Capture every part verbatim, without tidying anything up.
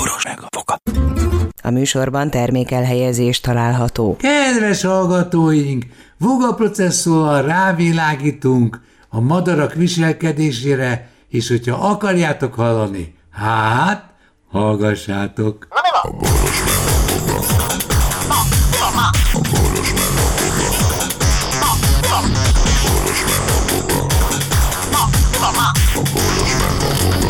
boros meg a foka. A műsorban termékelhelyezés található. Kedves hallgatóink, Voga processzorral rávilágítunk a madarak viselkedésére, és hogyha akarjátok hallani, hát, hallgassátok. A boros meg a foka. A boros meg a foka. A boros meg a foka. A boros meg a foka.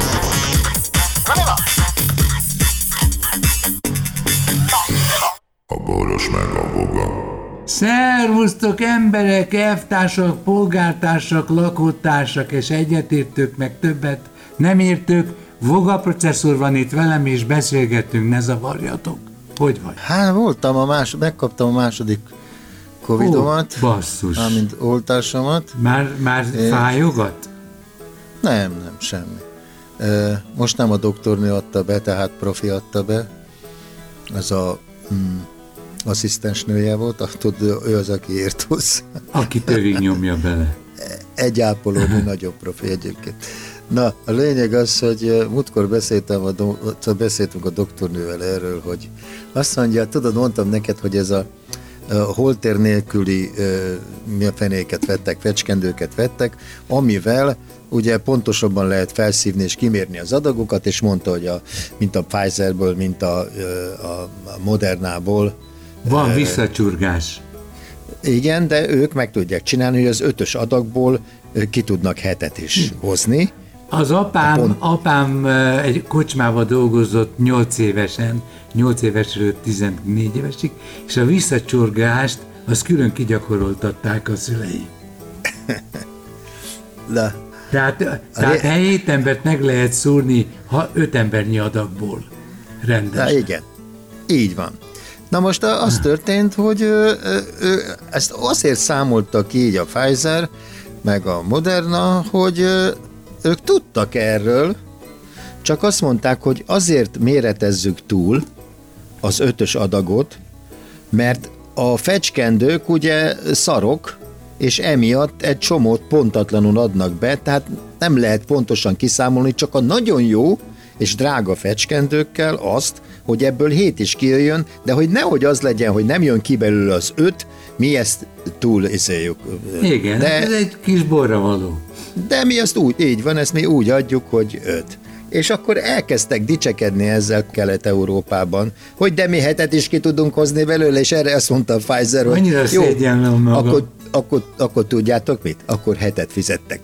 A boros meg a boga. Szervusztok emberek, elvtársak, polgártársak, lakótársak, és egyetértők, meg többet nem értők. Voga processzor van itt velem, és beszélgetünk, ne zavarjatok. Hogy vagy? Hát voltam a más, megkaptam a második covidomat. Ó, basszus. Amint oltásomat. Már, már É, fájogat? Nem, nem, semmi. Most nem a doktornő adta be, tehát profi adta be. Ez a mm, asszisztens nője volt, tudod, ő az, aki ért hozzá. Aki tövig nyomja bele. Egy ápolónő nagyobb profi egyébként. Na, a lényeg az, hogy múltkor beszéltem a do- beszéltünk a doktornővel erről, hogy azt mondja, tudod, mondtam neked, hogy ez a, a holtér nélküli mi a fenéket vettek, fecskendőket vettek, amivel ugye pontosabban lehet felszívni és kimérni az adagokat, és mondta, hogy a, mint a Pfizerből, mint a, a, a Modernából. Van e, visszacsurgás. Igen, de ők meg tudják csinálni, hogy az ötös adagból ki tudnak hetet is hozni. Az apám, pont... apám egy kocsmában dolgozott nyolc évesen, nyolc évesről tizennégy évesig, és a visszacsurgást az külön kigyakoroltatták a szülei. Le. Tehát, tehát ré... hét embert meg lehet szúrni, ha öt embernyi adagból rendesen. Na, igen, így van. Na most az történt, hogy ő, ő, ezt azért számolta ki így a Pfizer, meg a Moderna, hogy ők tudtak erről, csak azt mondták, hogy azért méretezzük túl az ötös adagot, mert a fecskendők ugye szarok, és emiatt egy csomót pontatlanul adnak be, tehát nem lehet pontosan kiszámolni, csak a nagyon jó és drága fecskendőkkel azt, hogy ebből hét is kijöjjön, de hogy nehogy az legyen, hogy nem jön ki belőle az öt, mi ezt túl izéljük. Igen, de, ez egy kis borra való. De mi azt úgy, így van, ezt mi úgy adjuk, hogy öt. És akkor elkezdtek dicsekedni ezzel Kelet-Európában, hogy de mi hetet is ki tudunk hozni belőle, és erre azt mondta a Pfizer, hogy annyira jó, akkor, akkor, akkor tudjátok mit? Akkor hetet fizettek.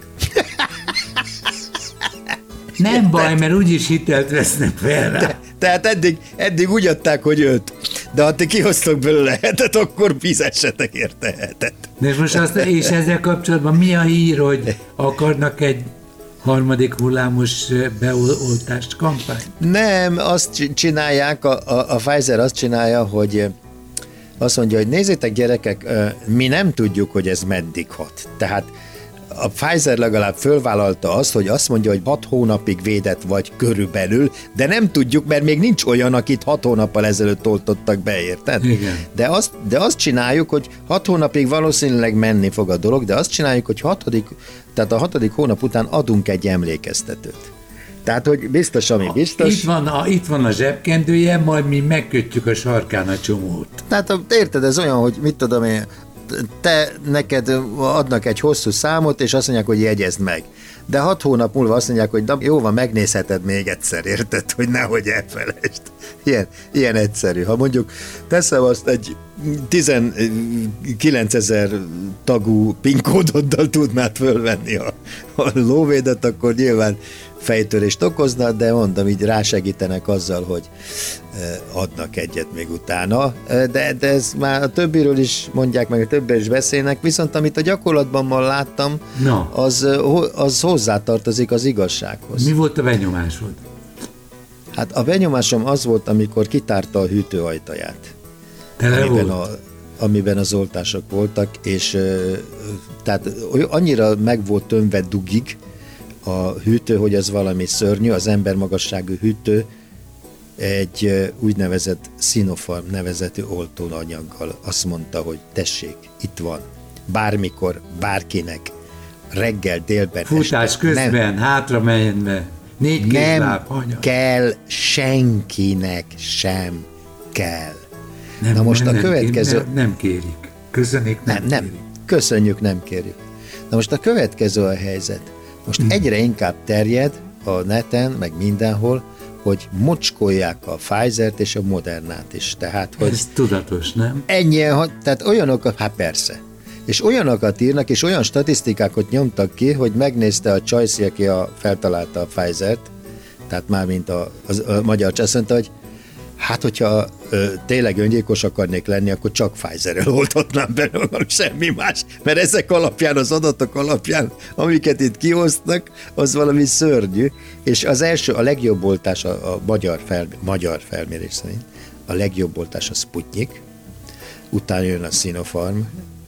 Nem baj, mert úgyis hitelt vesznek fel rá. Te, tehát eddig, eddig úgy adták, hogy öt. De ha ti kihoztok belőle hetet, akkor fizessetek érte hetet. De most azt, és ezzel kapcsolatban mi a hír, hogy akarnak egy harmadik hullámos beoltást kampány? Nem, azt csinálják, a, a, a Pfizer azt csinálja, hogy azt mondja, hogy nézzétek gyerekek, mi nem tudjuk, hogy ez meddig hat. Tehát a Pfizer legalább fölvállalta azt, hogy azt mondja, hogy hat hónapig védett vagy körülbelül, de nem tudjuk, mert még nincs olyan, akit hat hónappal ezelőtt oltottak be, érted? Igen. De azt, de azt csináljuk, hogy hat hónapig valószínűleg menni fog a dolog, de azt csináljuk, hogy hatodik, tehát a hatodik hónap után adunk egy emlékeztetőt. Tehát, hogy biztos, ami biztos. Itt van a, itt van a zsebkendője, majd mi megkötjük a sarkán a csomót. Tehát érted, ez olyan, hogy mit tudom én, te neked adnak egy hosszú számot, és azt mondják, hogy jegyezd meg. De hat hónap múlva azt mondják, hogy jó van, megnézheted még egyszer, érted, hogy nehogy elfelejtsd. Ilyen, ilyen egyszerű. Ha mondjuk teszem azt egy tizenkilencezer tagú PIN kódoddal tudnád fölvenni a, a lóvédet, akkor nyilván fejtörést okozna, de mondom, így rásegítenek azzal, hogy adnak egyet még utána. De, de ez már a többiről is mondják, meg a többiről is beszélnek, viszont amit a gyakorlatban már láttam, no. az, az hozzátartozik az igazsághoz. Mi volt a benyomásod? Hát a benyomásom az volt, amikor kitárta a hűtő ajtaját. Amiben, a, amiben az oltások voltak, és tehát annyira meg volt tömve dugig a hűtő, hogy az valami szörnyű, az embermagasságú hűtő egy úgynevezett Sinopharm nevezetű oltóanyaggal azt mondta, hogy tessék, itt van, bármikor, bárkinek, reggel, délben, futás este, közben, nem, hátra menve, Négy nem kézláb, hanyag. kell senkinek sem kell. Nem, Na most nem, a következő... Nem, nem kérik. Köszönik, nem, Nem, nem. kérik. Köszönjük, nem kérjük. Na most a következő a helyzet. Most hmm. egyre inkább terjed a neten, meg mindenhol, hogy mocskolják a Pfizert és a Modernát is. Tehát, hogy ez tudatos, nem? ennyien, tehát olyanokat, hát persze. És olyanokat írnak, és olyan statisztikákat nyomtak ki, hogy megnézte a Csajci, aki a, feltalálta a Pfizert, tehát már mint a, a, a magyar azt mondta, hogy hát, hogyha ö, tényleg öngyilkos akarnék lenni, akkor csak Pfizerrel oltatnám be, semmi más, mert ezek alapján, az adatok alapján, amiket itt kihoztak, az valami szörnyű, és az első, a legjobb oltás a, a magyar, fel, magyar felmérés szerint, a legjobb oltás a Sputnik, utána jön a Sinopharm,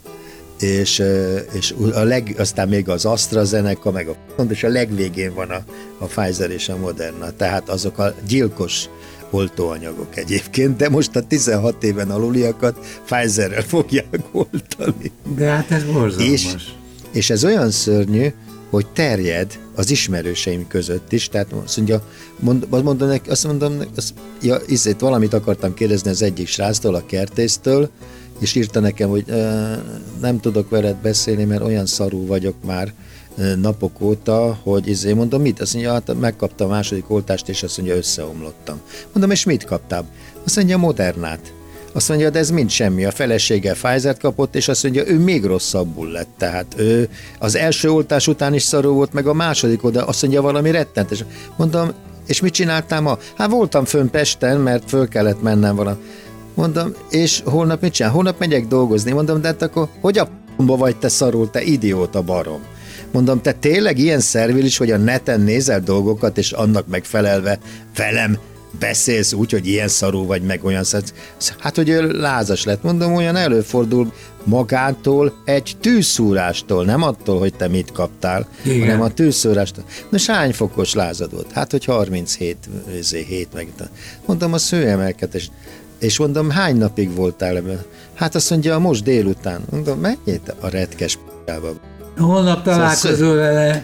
és, és a leg, aztán még az AstraZeneca, meg a és a legvégén van a, a Pfizer és a Moderna, tehát azok a gyilkos oltóanyagok egyébként, de most a tizenhat éven aluliakat Pfizerrel fogják oltani. De hát ez borzalmas. És, és ez olyan szörnyű, hogy terjed az ismerőseim között is, tehát azt mondja, mond, mondom neki, azt mondom, azt, ja, izzét, valamit akartam kérdezni az egyik sráctól, a kertésztől, és írta nekem, hogy uh, nem tudok veled beszélni, mert olyan szarú vagyok már uh, napok óta, hogy izé, mondom, mit? Azt mondja, hát megkaptam a második oltást, és azt mondja, összeomlottam. Mondom, és mit kaptál? Azt mondja, Modernát. Azt mondja, de ez mind semmi. A felesége Pfizert kapott, és azt mondja, ő még rosszabbul lett. Tehát ő az első oltás után is szarú volt, meg a második oda, azt mondja, valami rettentes. Mondom, és mit csináltál ma? Hát voltam fönn Pesten, mert föl kellett mennem valami. Mondom, és holnap mit csinál? Holnap megyek dolgozni. Mondom, de hát akkor hogy a p***ba vagy te szarul, te idióta barom? Mondom, te tényleg ilyen szervilis, hogy a neten nézel dolgokat, és annak megfelelve velem beszélsz úgy, hogy ilyen szarú vagy, meg olyan szarú. Hát, hogy ő lázas lett. Mondom, olyan előfordul magától egy tűzszúrástól, nem attól, hogy te mit kaptál, igen, hanem a tűzszúrástól. Na, hány fokos lázad volt? Hát, hogy harminchét, hét meg. Mondom, az hőemelkedés. És mondom, hány napig voltál ebben? Hát azt mondja, most délután. Mondom, menjél a retkes p***ába. Holnap találkozol szóval vele.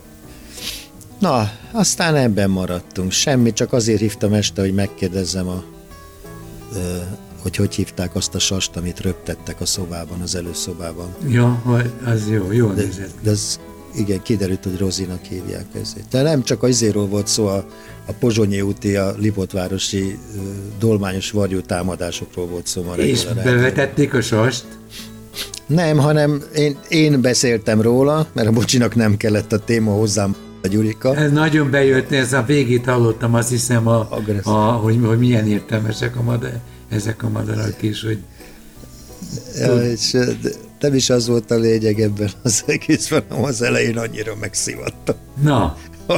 Na, aztán ebben maradtunk. Semmi, csak azért hívtam este, hogy megkérdezzem, a, ö, hogy hogy hívták azt a sast, amit röptettek a szobában, az előszobában. Ja, az jó, jó nézett. De ez, igen, kiderült, hogy Rozinak hívják ezért. De nem csak az izéről volt szó, a, a Pozsonyi úti, a Lipótvárosi ö, dolmányos varjú támadásokról volt szó ma reggel. És bevetették a sast? Nem, hanem én, én beszéltem róla, mert a Bocsinak nem kellett a téma hozzám, a Gyurika. Ez nagyon bejött, ez a végét hallottam, azt hiszem, a, a, hogy, hogy milyen értelmesek a madár, ezek a madarak is, hogy... Ja, és nem is az volt a lényeg ebben az egészben, hanem az elején annyira megszivattam. Na.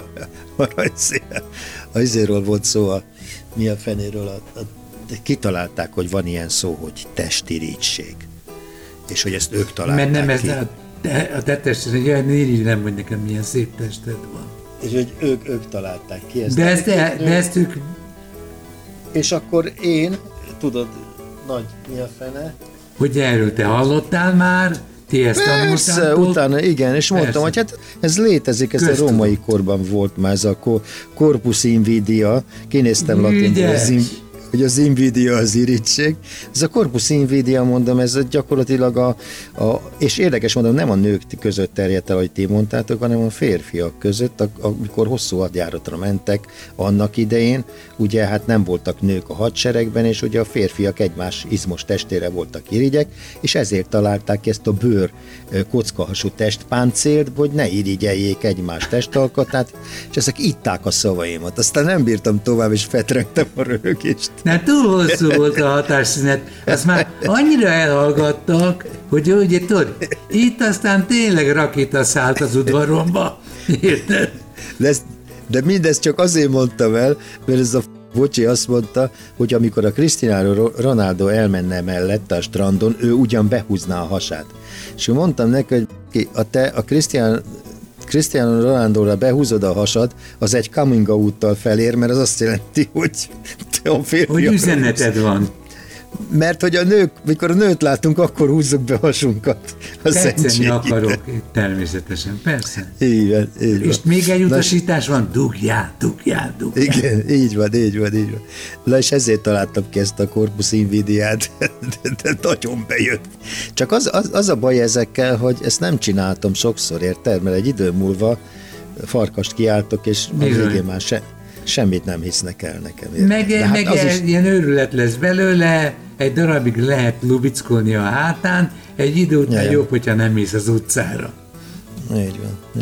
Azért volt szó, a, mi a fenéről, a, a, kitalálták, hogy van ilyen szó, hogy testiriigység. És hogy ezt ők találták. Mert nem ki. ez a, a te tested, hogy irigy nem, hogy nekem milyen szép tested van. És hogy ők, ők találták ki ezt. De ezt, de, de ezt ők... És akkor én, tudod, nagy mi a fene? Hogy erről te hallottál már? Ti ezt Persze, utána igen, és mondtam, persze, hogy hát ez létezik, ez Köztudom. A római korban volt már ez a corpus invidia, kinéztem latinból, hogy az invidia az irigység. Ez a corpus invidia, mondom, ez gyakorlatilag a, a, és érdekes mondom, nem a nők között terjedt el, ahogy ti mondtátok, hanem a férfiak között, amikor hosszú hadjáratra mentek annak idején, ugye hát nem voltak nők a hadseregben, és ugye a férfiak egymás izmos testére voltak irigyek, és ezért találták ki ezt a bőr kockahasú testpáncélt, hogy ne irigyeljék egymás testalkatát, és ezek itták a szavaimat. Aztán nem bírtam tovább, és fetrengtem a röhögést. Na, túl hosszú volt a hatásszünet, azt már annyira elhallgattak, hogy ugye tudod, itt aztán tényleg rakéta szállt az udvaromba, érted? De, ezt, de mindezt csak azért mondtam el, mert ez a Bocsi azt mondta, hogy amikor a Cristiano Ronaldo elmenne mellette a strandon, ő ugyan behúzná a hasát. És mondtam neki, hogy a te a Cristiano Cristiano Ronaldóra behúzod a hasad, az egy coming out-tal felér, mert az azt jelenti, hogy te a férfiakra... Hogy üzeneted van. Mert hogy a nők, mikor a nőt látunk, akkor húzzuk be hasunkat. Tetszeni akarok, természetesen, persze. Igen, így van. És még egy utasítás van, dugjál, dugjál, dugjál. Igen, így van, így van, így van. Na és ezért találtam ki ezt a Corpus Invidiát, de nagyon bejött. Csak az, az, az a baj ezekkel, hogy ezt nem csináltam sokszor, érted? Mert egy idő múlva farkast kiáltok, és a végén már se, semmit nem hisznek el nekem. Érted? Meg, hát meg az is... ilyen őrület lesz belőle, egy darabig lehet lubickolni a hátán, egy idő után ja, jobb, hogyha nem mész az utcára. Így van.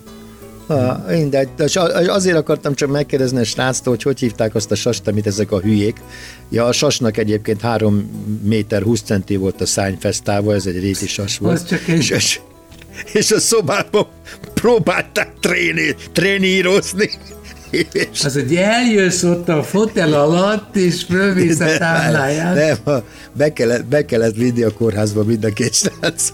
Ah, mindegy. Azért akartam csak megkérdezni a sráctól, hogy hogy hívták azt a sast, amit ezek a hülyék. Ja, a sasnak egyébként három méter húsz centi volt a szányfesztáva, ez egy réti sas volt. Az csak egy... és, és a szobában próbálták tréni, trénírozni. És... Az, hogy eljössz ott a fotel alatt, és fölvész a tábláját. Nem, nem, be kellett, be kellett vinni a kórházba mind a két srácot.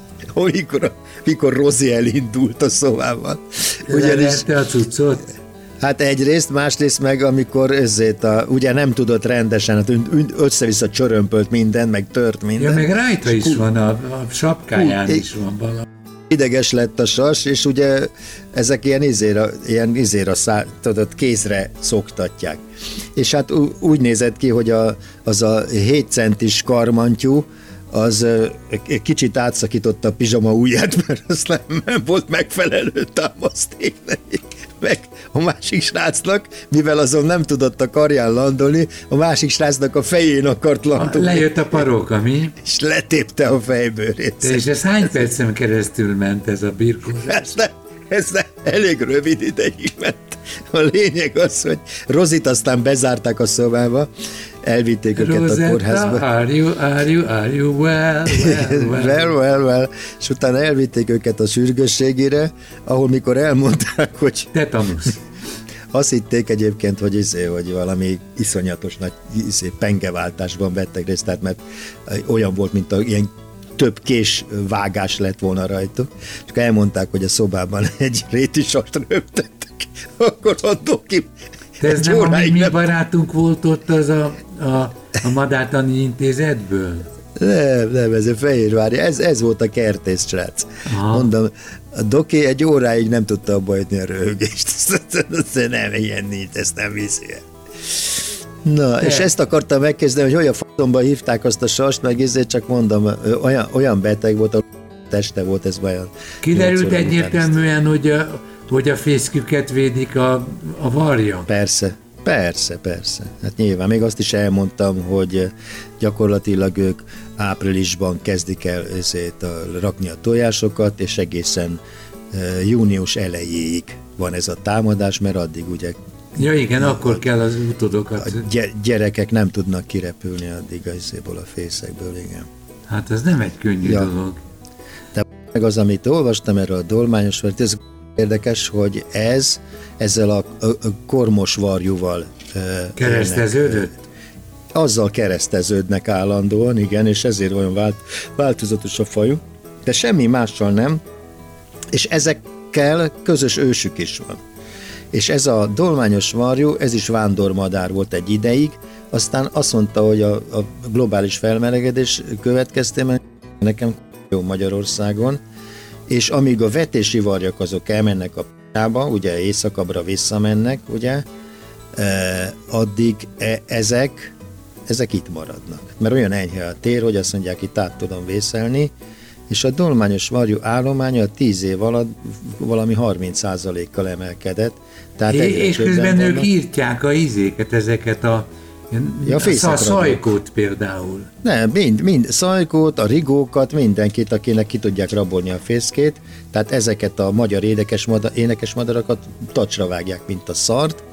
Amikor, mikor Rozi elindult a szobában. Leverte a cuccot? Hát egyrészt, másrészt meg, amikor ezért a, ugye nem tudott rendesen, hát össze-vissza csörömpölt minden, meg tört minden. Ja, meg rajta is kú, van, a, a sapkáján kú, is van valami. Ideges lett a sas, és ugye ezek ilyen izéra, ilyen izéra szá, tudod, kézre szoktatják. És hát úgy nézett ki, hogy a, az a hét centis karmantyú, az kicsit átszakította a pizsama ujját, mert az nem, nem volt megfelelő támaszték nekik. Meg a másik srácnak, mivel azon nem tudott a karján landolni, a másik srácnak a fején akart landolni. Lejött a paróka, mi? És letépte a fejbőrét. És ez hány percen keresztül ment ez a birkózás? Ez, ne, ez ne, elég rövid ideig ment. A lényeg az, hogy Rozit aztán bezárták a szobába, elvitték őket Rosetta, a kórházba. Are you, are you, are you well, well, well. well, well, well. És utána elvitték őket a sürgősségére, ahol mikor elmondták, hogy... Tetanusz. Azt hitték egyébként, hogy, izé, hogy valami iszonyatos nagy izé, pengeváltásban vettek részt, tehát mert olyan volt, mint a ilyen több kés vágás lett volna rajtuk, és elmondták, hogy a szobában egy rétisast röptettek, akkor adok ki. De ez nem a mi, mi barátunk volt ott az a, a, a Madártani Intézetből? Nem, nem, ez a Fehérvári, ez, ez volt a kertész srác. Aha. Mondom, a Doki egy óráig nem tudta abba hagyni a röhögést. Nem, ilyen nincs, ezt nem viszi el. Na, de. És ezt akartam megkezdeni, hogy hogy a f***omba hívták azt a sast, meg ezért csak mondom, olyan, olyan beteg volt, a teste volt ez vajon. Kiderült egyértelműen, hogy a, hogy a fészküket védik a, a varja. Persze, persze, persze. Hát nyilván, még azt is elmondtam, hogy gyakorlatilag ők áprilisban kezdik el ezért a, rakni a tojásokat, és egészen uh, június elejéig van ez a támadás, mert addig ugye ja igen, a, akkor kell az utodokat. A gyerekek nem tudnak kirepülni addig azért a fészekből, igen. Hát ez nem egy könnyű ja. dolog. De meg az, amit olvastam erről a dolmányos varjú, ez érdekes, hogy ez ezzel a, a, a kormos varjúval kereszteződött? Élnek, azzal kereszteződnek állandóan, igen, és ezért olyan vált, változatos a fajuk, de semmi mással nem, és ezekkel közös ősük is van. És ez a dolmányos varjú, ez is vándormadár volt egy ideig, aztán azt mondta, hogy a, a globális felmelegedés következtében nekem jó Magyarországon, és amíg a vetési varjak azok elmennek a p***ába, ugye éjszakabbra visszamennek, ugye, e, addig e, ezek, ezek itt maradnak. Mert olyan enyhe a tér, hogy azt mondják, itt át tudom vészelni, és a dolmányos varjú állománya a tíz év alatt valami harminc százalékkal emelkedett. Tehát é, és közben ők vannak. Írtják a izéket, ezeket a, ja, a, a szajkót például. Nem, mind, mind szajkót, a rigókat, mindenkit, akinek ki tudják rabolni a fészkét, tehát ezeket a magyar énekes, madar, énekes madarakat tacsra vágják, mint a szart,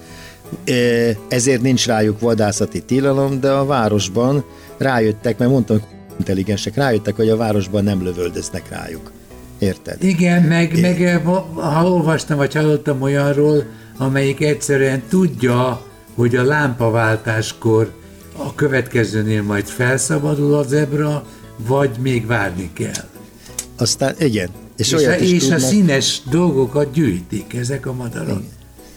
ezért nincs rájuk vadászati tilalom, de a városban rájöttek, mert mondtam, hogy intelligensek, rájöttek, hogy a városban nem lövöldöznek rájuk. Érted? Igen, meg, é. meg ha olvastam, vagy hallottam olyanról, amelyik egyszerűen tudja, hogy a lámpaváltáskor a következőnél majd felszabadul a zebra, vagy még várni kell. Aztán igen. És, és, olyat a, is és tudnak, a színes dolgokat gyűjtik ezek a madarak. Igen.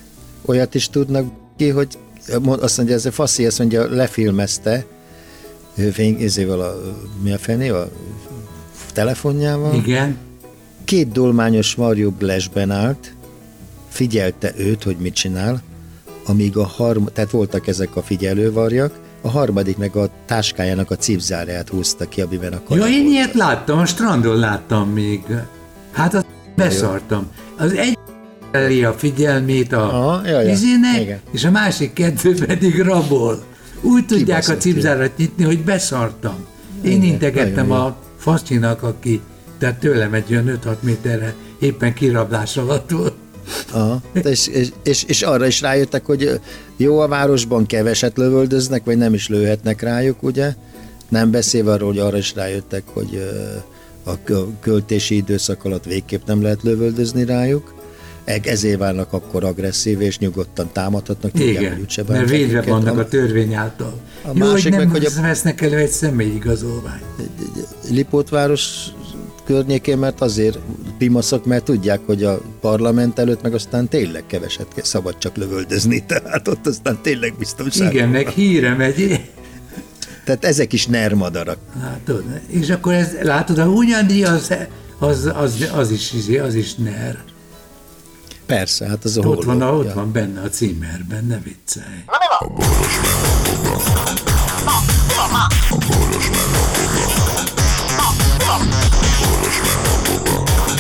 Olyat is tudnak ki, hogy azt mondja, ez a faszi, azt mondja, lefilmezte, fény, ezével a, mi a fené, a telefonjával. Igen. Két dolmányos varjú lesben állt, figyelte őt, hogy mit csinál, amíg a harm, tehát voltak ezek a figyelővarjak, a harmadik meg a táskájának a cipzárját húzta ki, amiben a Ja, én ilyet láttam, a strandon láttam még. Hát azt beszartam. Az egy elé a figyelmét a vizének, és a másik kettő pedig rabol. Úgy tudják Kibaszott a cipzárat nyitni, hogy beszartam. Én igen, integettem a faszinak, aki tehát tőlem egy olyan öt-hat méterre éppen kirablás alatt volt. Aha. És, és, és, és arra is rájöttek, hogy jó, a városban keveset lövöldöznek, vagy nem is lőhetnek rájuk, ugye? Nem beszélve arról, hogy arra is rájöttek, hogy a költési időszak alatt végképp nem lehet lövöldözni rájuk. Ezért válnak akkor agresszív, és nyugodtan támadhatnak. Igen, tudják, mert védve vannak a törvény által. A jó, másik hogy nem meg, hogy a... vesznek elő egy személyigazolványt. Lipótváros környékén, mert azért pimaszok, mert tudják, hogy a parlament előtt meg aztán tényleg keveset szabad csak lövöldözni, tehát ott aztán tényleg biztonságban. Igen, meg híre megy. Tehát ezek is nermadarak. Látod, és akkor ez, látod, a hunyadi az, az, az, az, is, az is ner. Persze, hát az a ott van, holló. Ott ja. van benne a címerben, ne viccelj. A boros meg a foga. A boros meg a foga. A boros meg a foga.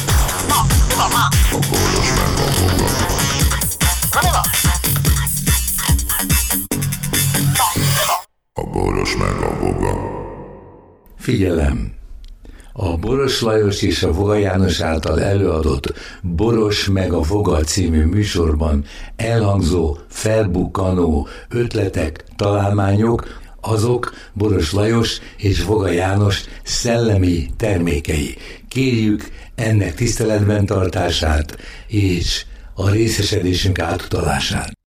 A boros meg a foga. A boros meg a foga. Figyelem! A Boros Lajos és a Voga János által előadott Boros meg a Voga című műsorban elhangzó, felbukkanó ötletek, találmányok, azok Boros Lajos és Voga János szellemi termékei. Kérjük ennek tiszteletben tartását és a részesedésünk átutalását.